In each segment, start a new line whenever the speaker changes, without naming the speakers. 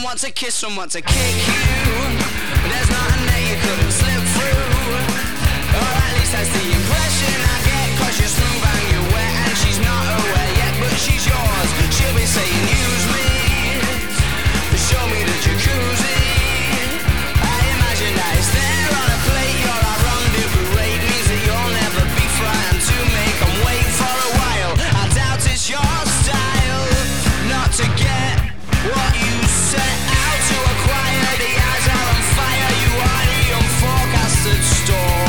Someone to kiss, someone to kick you. There's nothing that you couldn't slip through. Or at least that's the impression I get. Cause you're smooth and you're wet and she's not aware yet. But she's yours, she'll be saying use me. Show me the jacuzzi. I imagine that it's there on a plate. You're our rendezvous rate. Means that you'll never be frightened to make them wait for a while. I doubt it's your style not to get what you set out to acquire. The eyes are on fire. You are the unforecasted storm.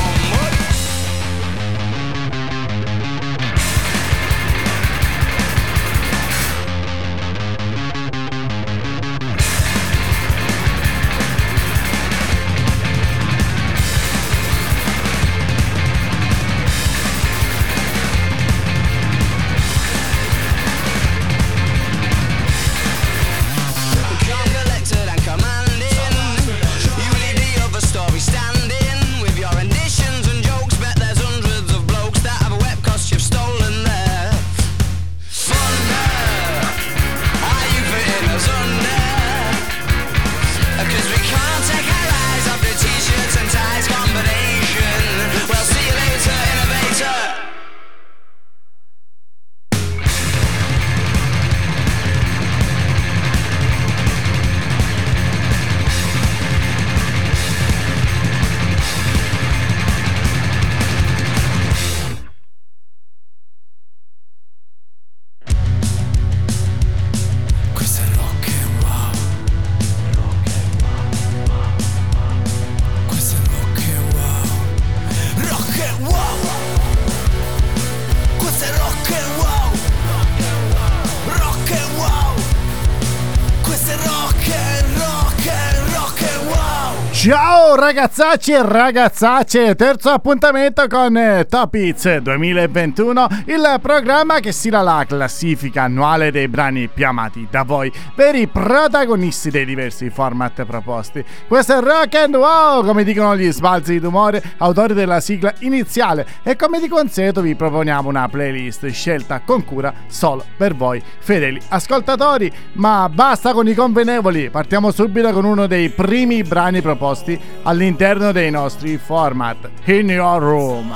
Ciao ragazzacci e ragazzacce, terzo appuntamento con Top Hits 2021, il programma che stila la classifica annuale dei brani più amati da voi, per i protagonisti dei diversi format proposti. Questo è Rock and Wow, come dicono gli sbalzi d'umore, autori della sigla iniziale, e come di consueto vi proponiamo una playlist scelta con cura solo per voi fedeli ascoltatori. Ma basta con i convenevoli, partiamo subito con uno dei primi brani proposti all'interno dei nostri format, In Your Room.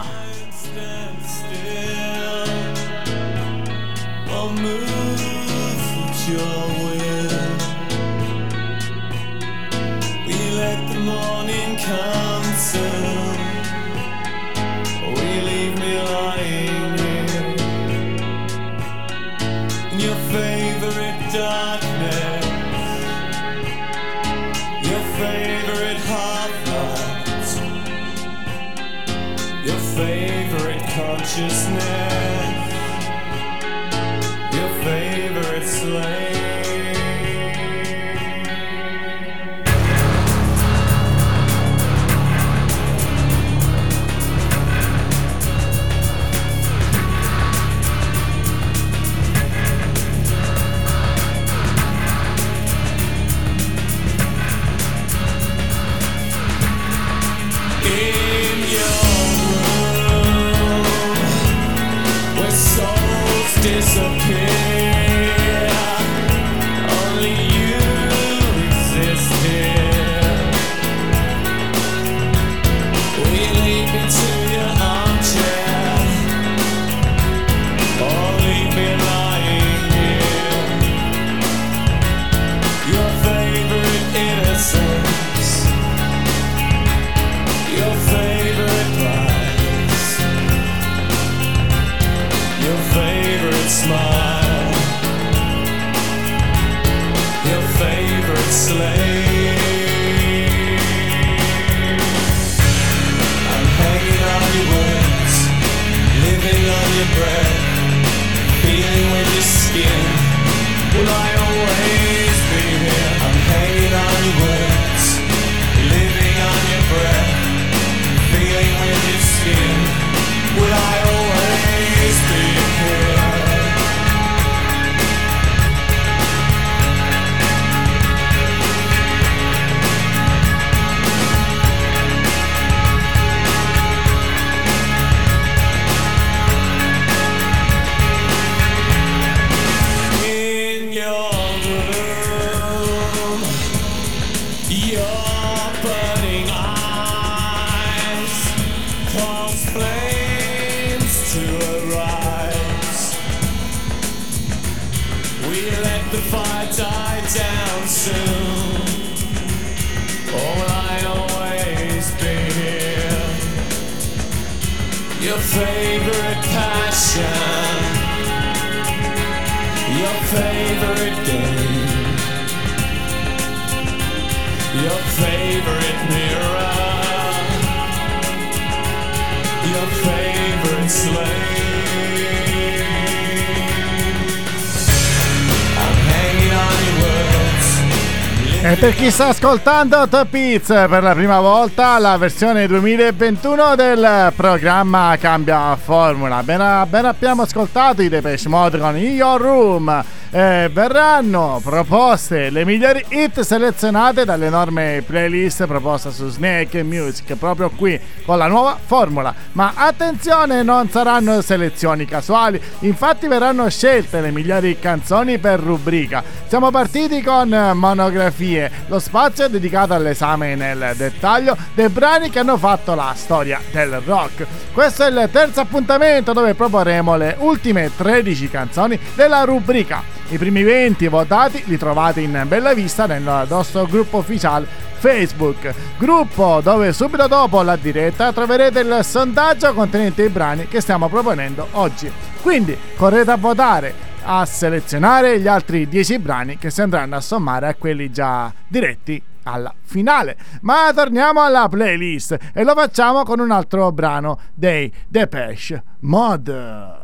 Consciousness, your favorite slave. In your room, your burning eyes cause flames to arise. We let the fire die down soon. Oh, will I always be here? Your favorite passion, your favorite game, your favorite mirror, your favorite slave. I'm hanging on your words.
E per chi sta ascoltando Top Hits per la prima volta, la versione 2021 del programma cambia formula. Appena abbiamo ascoltato i Depeche Mode con In Your Room, verranno proposte le migliori hit selezionate dall'enorme playlist proposta su Snake Music, proprio qui con la nuova formula. Ma attenzione, non saranno selezioni casuali, infatti verranno scelte le migliori canzoni per rubrica. Siamo partiti con Monografie, lo spazio è dedicato all'esame nel dettaglio dei brani che hanno fatto la storia del rock. Questo è il terzo appuntamento dove proporremo le ultime 13 canzoni della rubrica. I primi 20 votati li trovate in bella vista nel nostro gruppo ufficiale Facebook, gruppo dove subito dopo la diretta troverete il sondaggio contenente i brani che stiamo proponendo oggi. Quindi correte a votare, a selezionare gli altri 10 brani che si andranno a sommare a quelli già diretti alla finale. Ma torniamo alla playlist e lo facciamo con un altro brano dei Depeche Mode.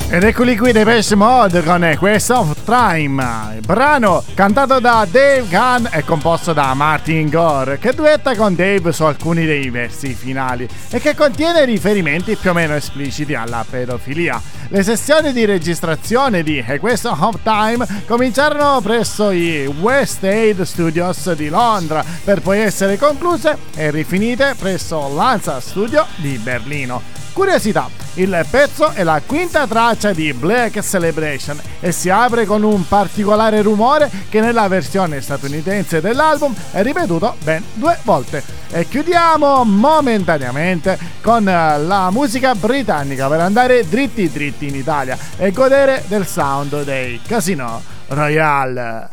Ed eccoli qui Depeche Mode con Quest of Time, il brano cantato da Dave Gunn e composto da Martin Gore, che duetta con Dave su alcuni dei versi finali e che contiene riferimenti più o meno espliciti alla pedofilia. Le sessioni di registrazione di A Quest of Time cominciarono presso i West Aid Studios di Londra per poi essere concluse e rifinite presso l'Hansa Studio di Berlino. Curiosità, il pezzo è la quinta traccia di Black Celebration e si apre con un particolare rumore che nella versione statunitense dell'album è ripetuto ben 2 volte. E chiudiamo momentaneamente con la musica britannica per andare dritti in Italia e godere del sound dei Casino Royale.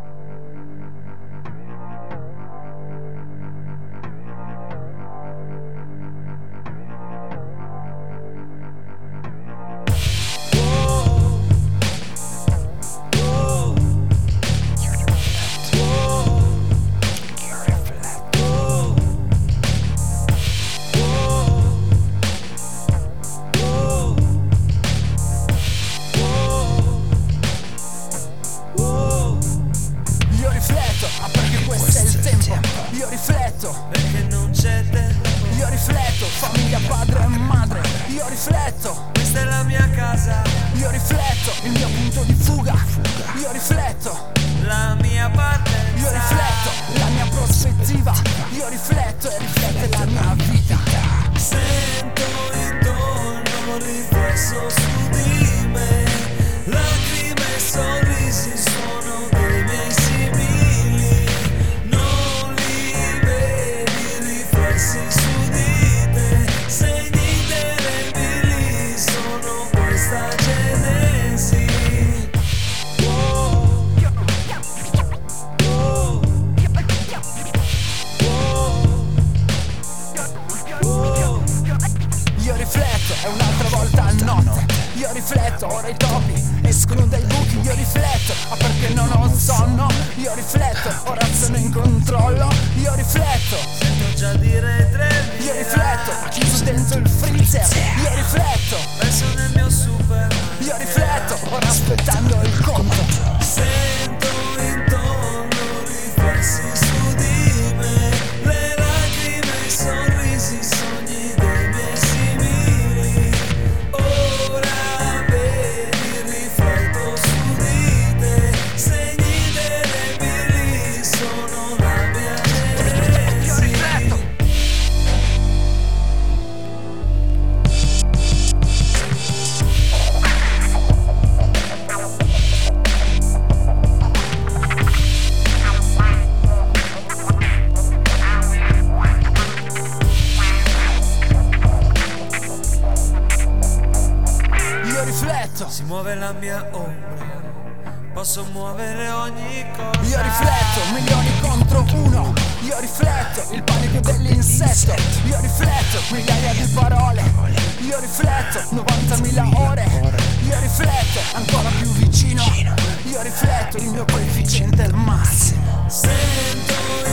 Si muove la mia ombra, posso muovere ogni cosa.
Io rifletto, milioni contro uno. Io rifletto, il panico dell'insetto. Io rifletto, migliaia di parole. Io rifletto, 90.000 ore. Io rifletto, ancora più vicino. Io rifletto, il mio coefficiente è il massimo.
Sento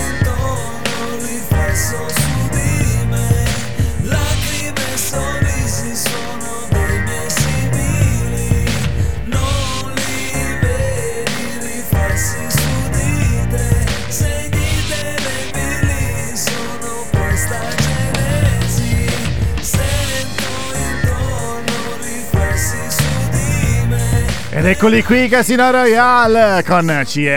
intorno un riflesso su di me. Lacrime e sorrisi sono dei miei simili. Non li vedi riflessi su di te. Segni indelebili sono questa genesi. Sento intorno riflessi su di me.
Ed eccoli qui Casino Royale con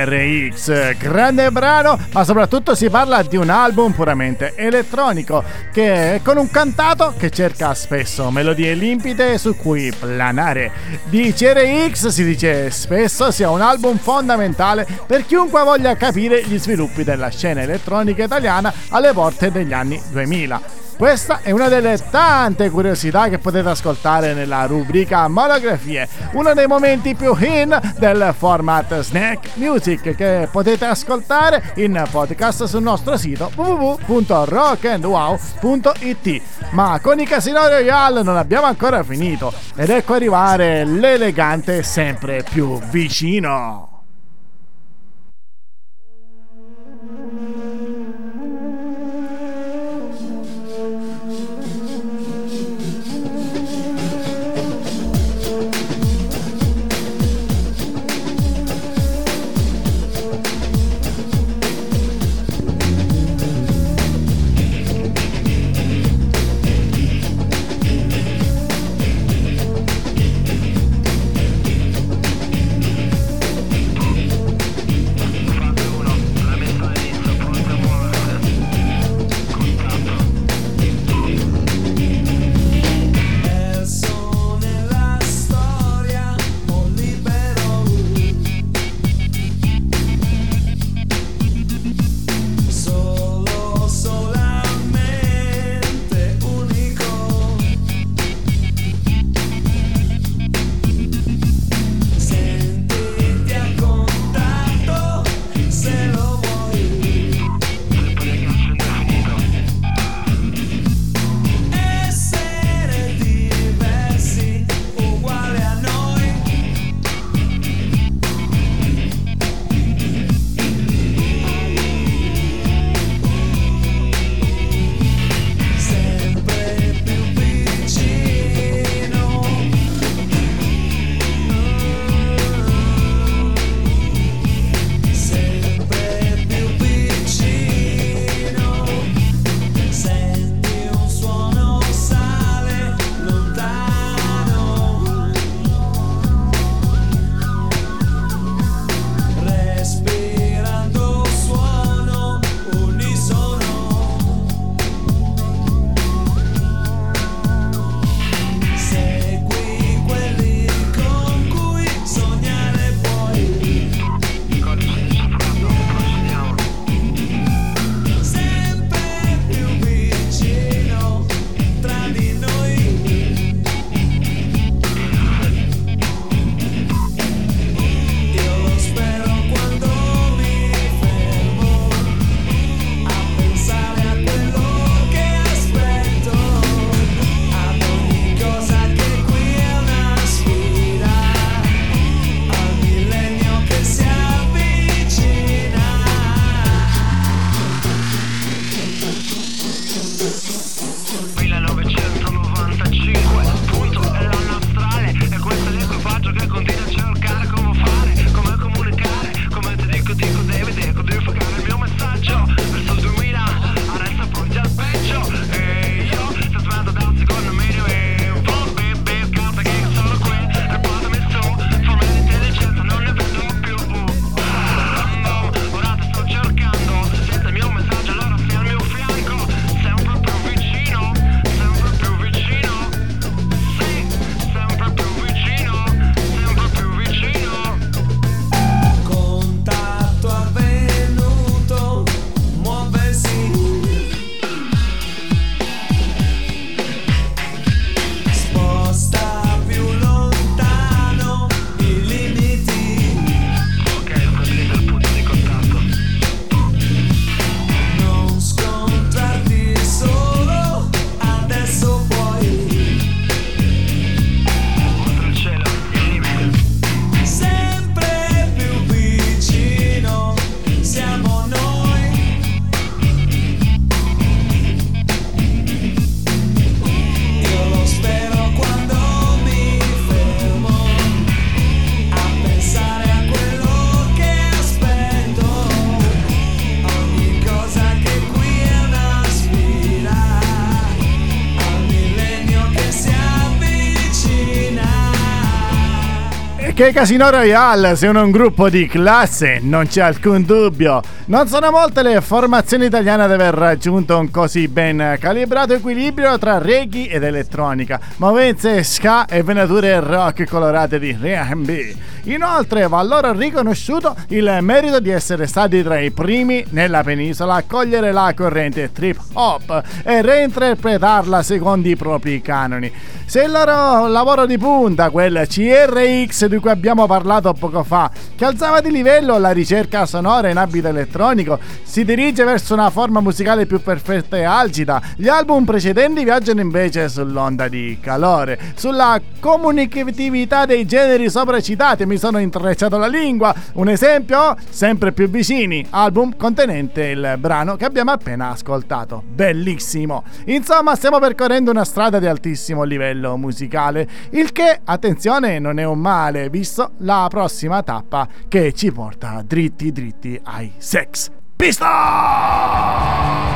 CRX, grande brano, ma soprattutto si parla di un album puramente elettronico che è con un cantato che cerca spesso melodie limpide su cui planare. Di CRX si dice spesso sia un album fondamentale per chiunque voglia capire gli sviluppi della scena elettronica italiana alle porte degli anni 2000. Questa è una delle tante curiosità che potete ascoltare nella rubrica Monografie, uno dei momenti più in del format Snack Music che potete ascoltare in podcast sul nostro sito www.rockandwow.it. Ma con i Casino Royale non abbiamo ancora finito ed ecco arrivare l'elegante sempre più vicino. Che Casino Royale siano un gruppo di classe non c'è alcun dubbio. Non sono molte le formazioni italiane ad aver raggiunto un così ben calibrato equilibrio tra reggae ed elettronica, movenze ska e venature rock colorate di R&B. Inoltre va loro riconosciuto il merito di essere stati tra i primi nella penisola a cogliere la corrente trip hop e reinterpretarla secondo i propri canoni. Se il loro lavoro di punta, quel CRX di cui abbiamo parlato poco fa, che alzava di livello la ricerca sonora in ambito elettronico, si dirige verso una forma musicale più perfetta e algida, gli album precedenti viaggiano invece sull'onda di calore, sulla comunicatività dei generi sopracitati. Mi sono intrecciato la lingua. Un esempio? Sempre più vicini, album contenente il brano che abbiamo appena ascoltato. Bellissimo! Insomma, stiamo percorrendo una strada di altissimo livello musicale, il che, attenzione, non è un male, visto la prossima tappa che ci porta dritti dritti ai Sex Pistols!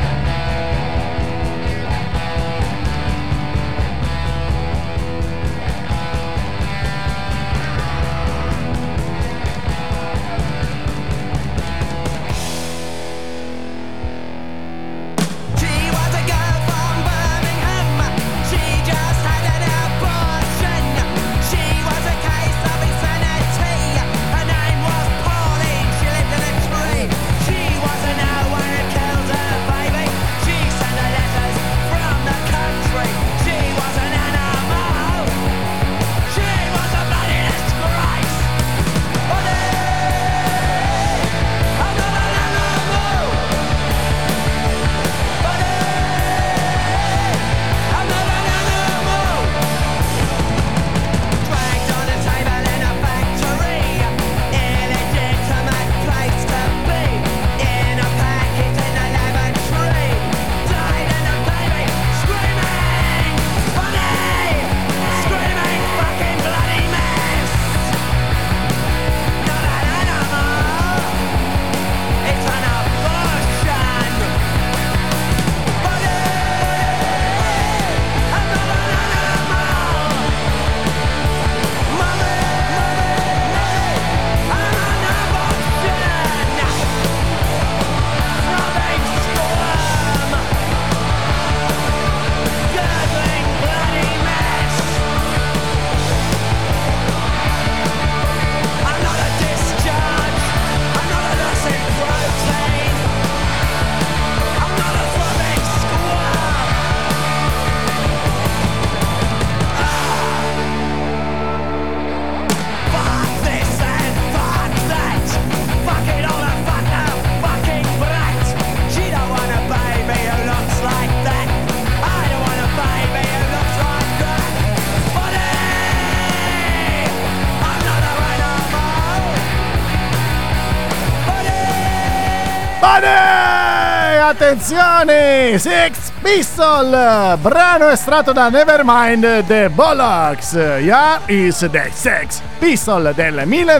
Attenzione! Sex Pistol, brano estratto da Nevermind the Bollocks. Yeah, is the Sex Pistol del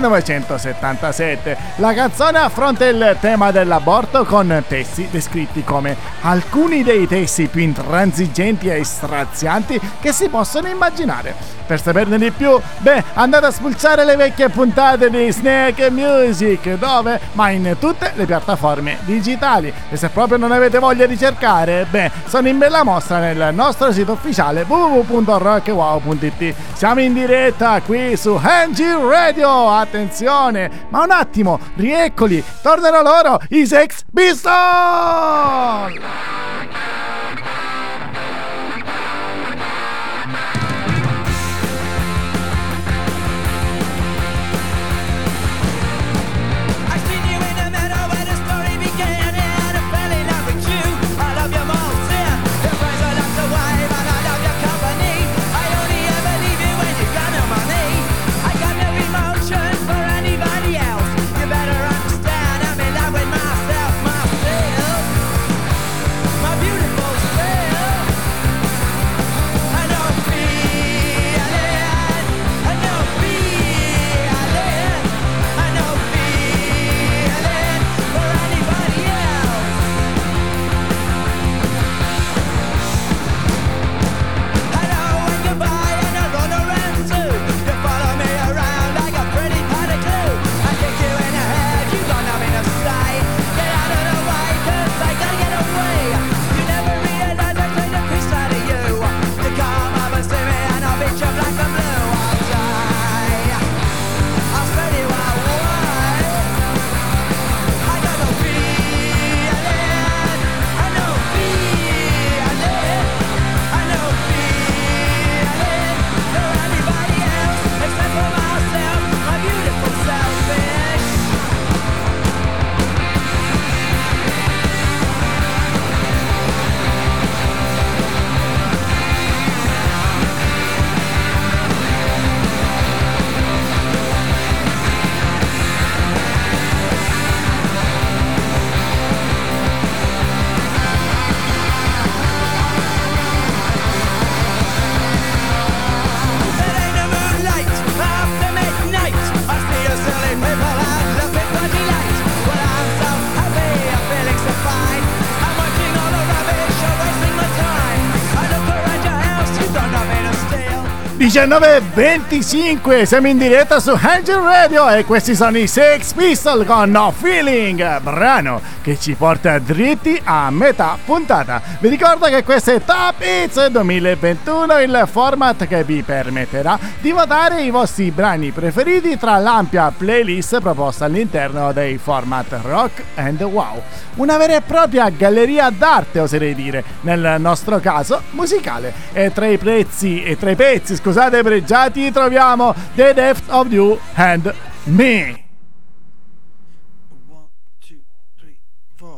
1977. La canzone affronta il tema dell'aborto con testi descritti come alcuni dei testi più intransigenti e strazianti che si possono immaginare. Per saperne di più, andate a spulciare le vecchie puntate di Snake Music, dove? Ma in tutte le piattaforme digitali. E se proprio non avete voglia di cercare, sono in bella mostra nel nostro sito ufficiale www.rockwow.it. Siamo in diretta qui su NG Radio, attenzione! Ma un attimo, rieccoli, tornano loro, i Sex Pistols!
You better understand, I'm in love with myself, myself.
19:25, siamo in diretta su Angel Radio e questi sono i Sex Pistols con No Feeling, brano che ci porta dritti a metà puntata. Vi ricordo che questo è Top Hits 2021, il format che vi permetterà di votare i vostri brani preferiti tra l'ampia playlist proposta all'interno dei format rock and wow. Una vera e propria galleria d'arte, oserei dire, nel nostro caso musicale. E tra i pezzi, scusate, pregiati, troviamo The Depth of You and Me.
1, 2, 3, 4.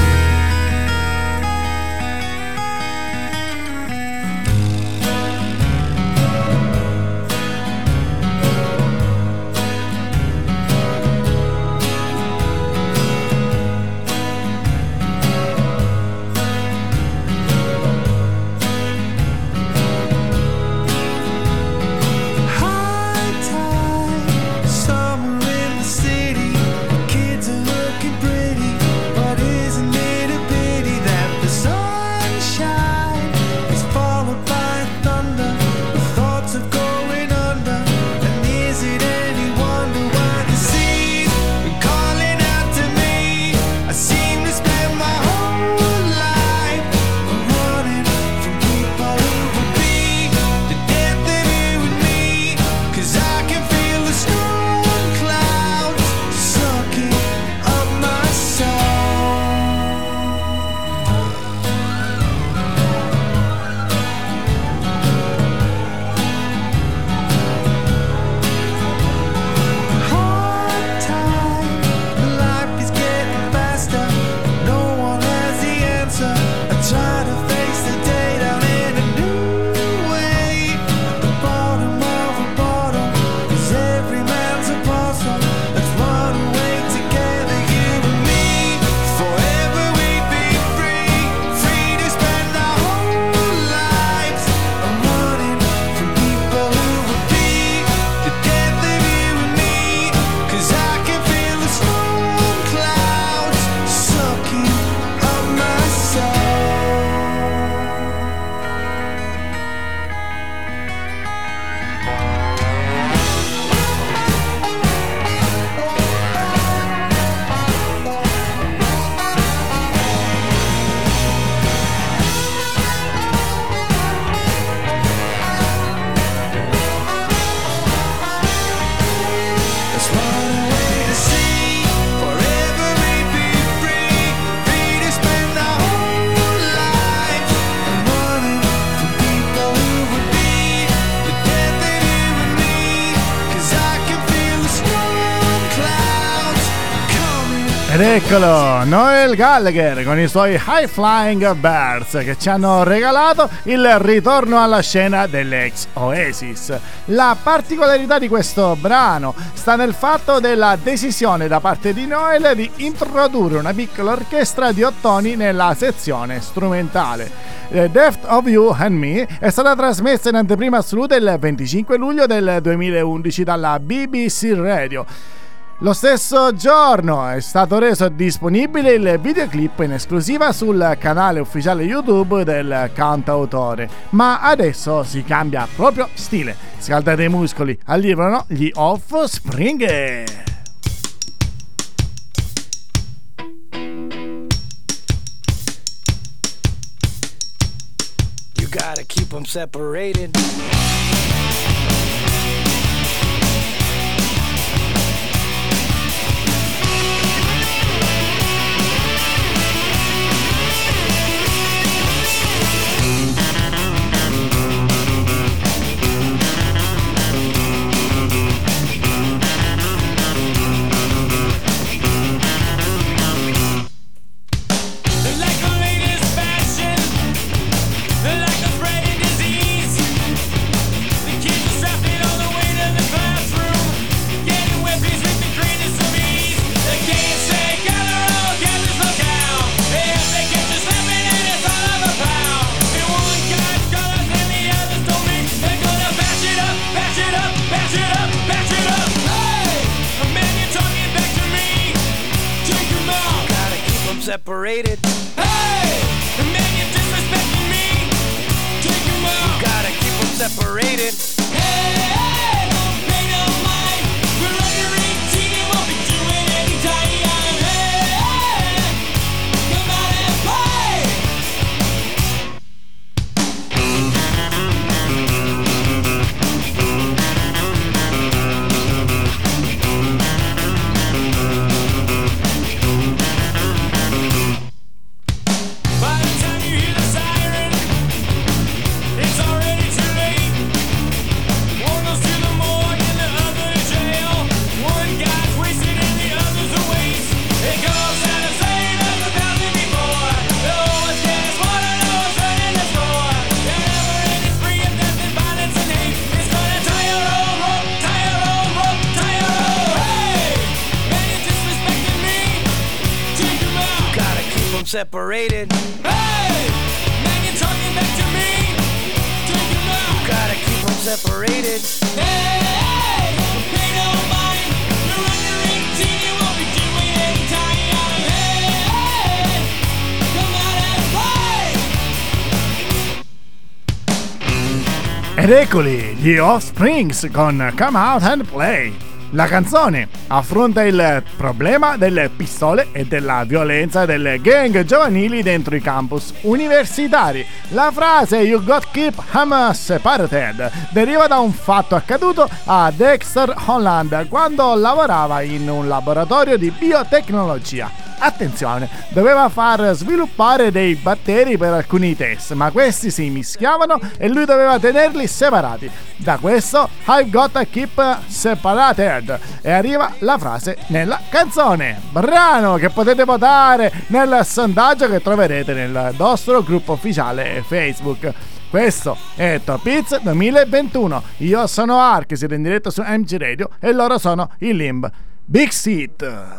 Ed eccolo, Noel Gallagher con i suoi High Flying Birds che ci hanno regalato il ritorno alla scena dell'ex Oasis. La particolarità di questo brano sta nel fatto della decisione da parte di Noel di introdurre una piccola orchestra di ottoni nella sezione strumentale. The Depth of You and Me è stata trasmessa in anteprima assoluta il 25 luglio del 2011 dalla BBC Radio. Lo stesso giorno è stato reso disponibile il videoclip in esclusiva sul canale ufficiale YouTube del cantautore. Ma adesso si cambia proprio stile. Scaldate i muscoli, arrivano gli Offspring.
You gotta keep them separated. Separated. Hey, the man you're disrespecting me. Take him out. You gotta keep them separated. separated.
Hey! Man, you're talking back to me. Take him out.
Gotta keep them separated.
Hey! Pay no mind. You're under 18. You won't be doing any time. Hey! Come out and play.
Ed eccoli, gli Offsprings con Come Out and Play. La canzone affronta il problema delle pistole e della violenza delle gang giovanili dentro i campus universitari. La frase "You got keep 'em separated" deriva da un fatto accaduto a Dexter Holland quando lavorava in un laboratorio di biotecnologia. Attenzione, doveva far sviluppare dei batteri per alcuni test, ma questi si mischiavano e lui doveva tenerli separati. Da questo I've got to keep separated e arriva la frase nella canzone. Brano che potete votare nel sondaggio che troverete nel nostro gruppo ufficiale Facebook. Questo è Top Hits 2021. Io sono Ark, siete in diretta su MG Radio e loro sono i Limb. Big Seat.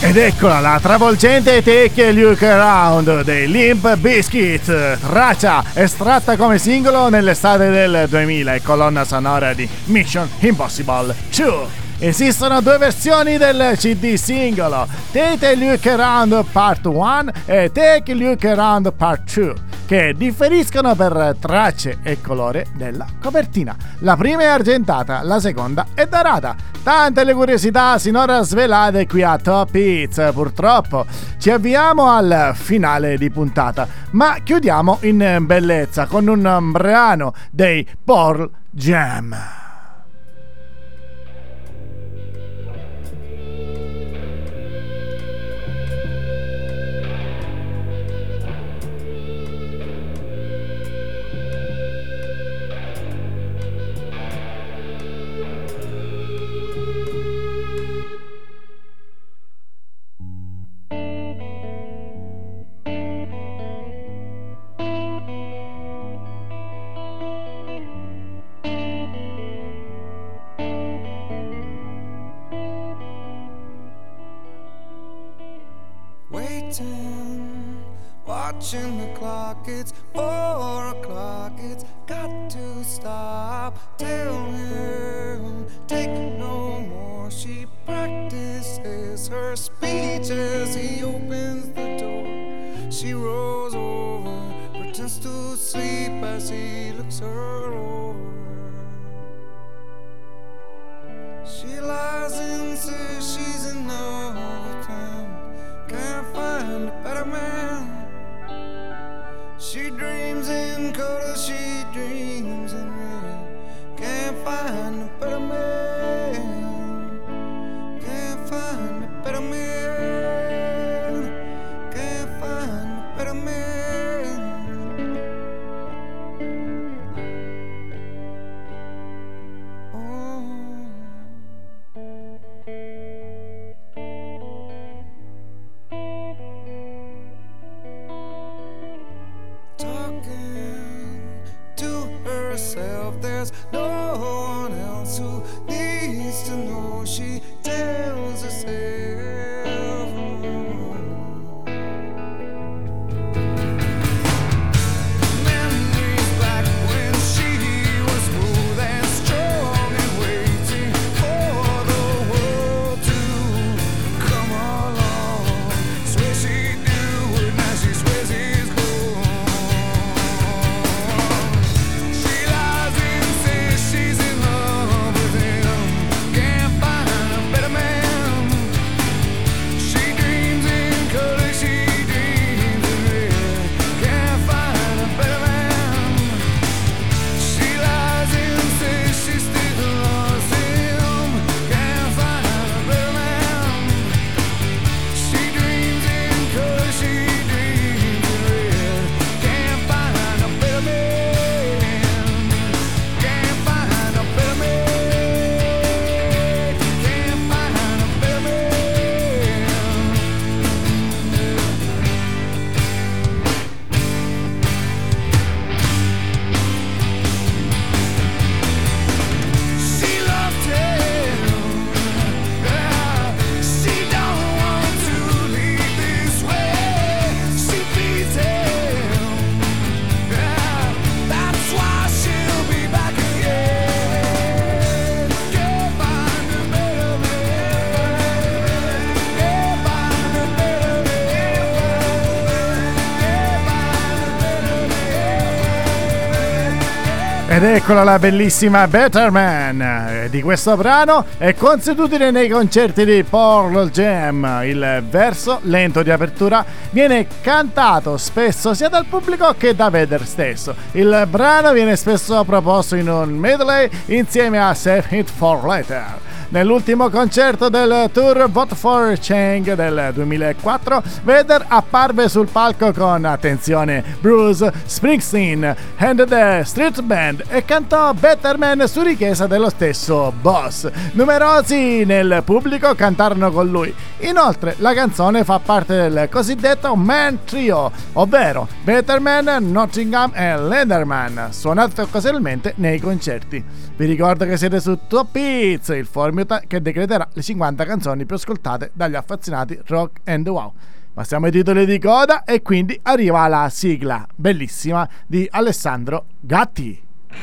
Ed eccola la travolgente Take a Look Around dei Limp Bizkit, traccia estratta come singolo nell'estate del 2000 e colonna sonora di Mission Impossible 2. Esistono due versioni del CD singolo, Take a Look Around Part 1 e Take a Look Around Part 2, che differiscono per tracce e colore della copertina. La prima è argentata, la seconda è dorata. Tante le curiosità sinora svelate qui a Top Hits. Purtroppo ci avviamo al finale di puntata, ma chiudiamo in bellezza con un brano dei Pearl Jam.
Watching the clock, it's 4 o'clock, it's got to stop. Tell him, take no more. She practices her speech as he opens the door. She rolls over, pretends to sleep as he looks her over. She lies and says she's in love with him, can't find a better man. She dreams in color, she dreams in red. Can't find a better man. Can't find a better man. Can't find a better man. Oh. There's no one else who needs to know. She tells herself. Memories back when she was smooth and strong and waiting for the world to come along. Swear she'd do it, now she swears he's gone. She's in love with him, can't find a better man. She dreams in color, she dreams in red, can't find a better man. She lies and says she still loves him, can't find a better man. She dreams in color, she dreams in red, can't find a better man.
Ed eccola la bellissima Better Man di questo brano, è consuetudine nei concerti di Pearl Jam. Il verso lento di apertura viene cantato spesso sia dal pubblico che da Vedder stesso. Il brano viene spesso proposto in un medley insieme a Save It For Later. Nell'ultimo concerto del tour Vote for Change del 2004, Vedder apparve sul palco con, attenzione, Bruce Springsteen and the Street Band band e cantò Better Man su richiesta dello stesso Boss. Numerosi nel pubblico cantarono con lui. Inoltre la canzone fa parte del cosiddetto Man Trio, ovvero Better Man, Nottingham e Leatherman, suonato occasionalmente nei concerti. Vi ricordo che siete su Top Hits, il format che decreterà le 50 canzoni più ascoltate dagli affezionati rock and wow. Passiamo ai titoli di coda e quindi arriva la sigla bellissima di Alessandro Gatti.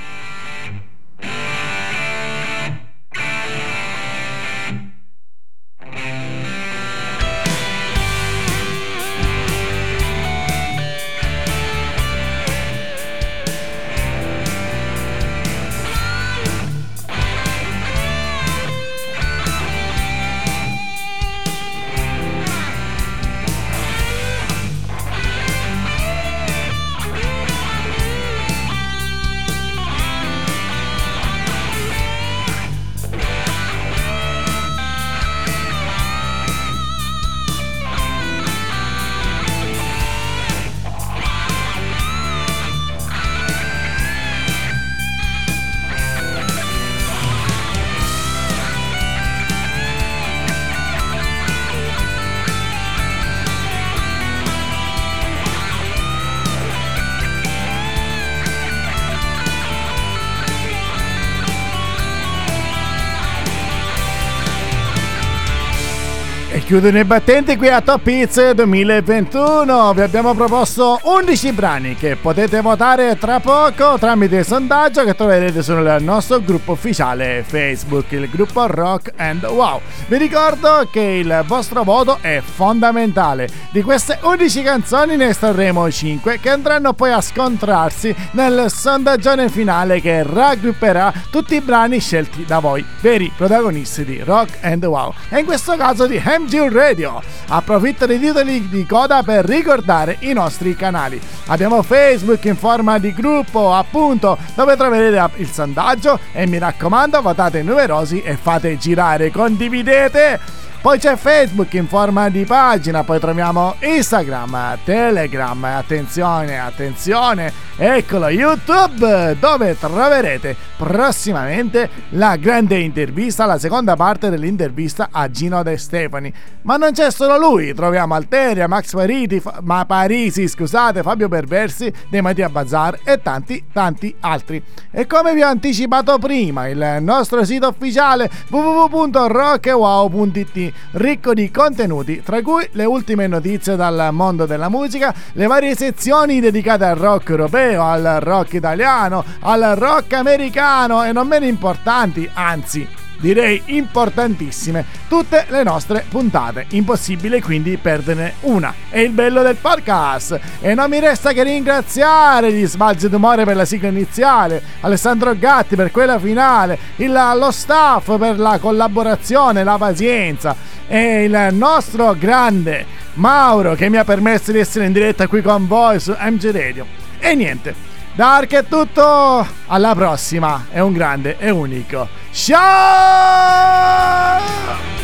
Chiudono i battenti qui a Top Hits 2021. Vi abbiamo proposto 11 brani che potete votare tra poco tramite il sondaggio che troverete sul nostro gruppo ufficiale Facebook, il gruppo Rock and Wow. Vi ricordo che il vostro voto è fondamentale. Di queste 11 canzoni ne estrarremo 5 che andranno poi a scontrarsi nel sondaggione finale che raggrupperà tutti i brani scelti da voi, veri protagonisti di Rock and Wow, e in questo caso di MG Radio. Approfitto dei titoli di coda per ricordare i nostri canali. Abbiamo Facebook in forma di gruppo, appunto, dove troverete il sondaggio, e mi raccomando, votate numerosi e fate girare, condividete. Poi c'è Facebook in forma di pagina, poi troviamo Instagram, Telegram, attenzione, eccolo, YouTube, dove troverete prossimamente la grande intervista, la seconda parte dell'intervista a Gino De Stefani. Ma non c'è solo lui, troviamo Alteria, Max Parisi, Fabio Perversi, De Mattia Bazar e tanti altri. E come vi ho anticipato prima, il nostro sito ufficiale www.rockwow.it, ricco di contenuti, tra cui le ultime notizie dal mondo della musica, le varie sezioni dedicate al rock europeo, al rock italiano, al rock americano e non meno importanti, anzi direi importantissime, tutte le nostre puntate. Impossibile quindi perderne una. È il bello del podcast. E non mi resta che ringraziare gli Sbalzi d'umore per la sigla iniziale, Alessandro Gatti per quella finale, lo staff per la collaborazione, la pazienza, e il nostro grande Mauro che mi ha permesso di essere in diretta qui con voi su MG Radio. E niente, da Ark è tutto, alla prossima, è un grande e unico ciao!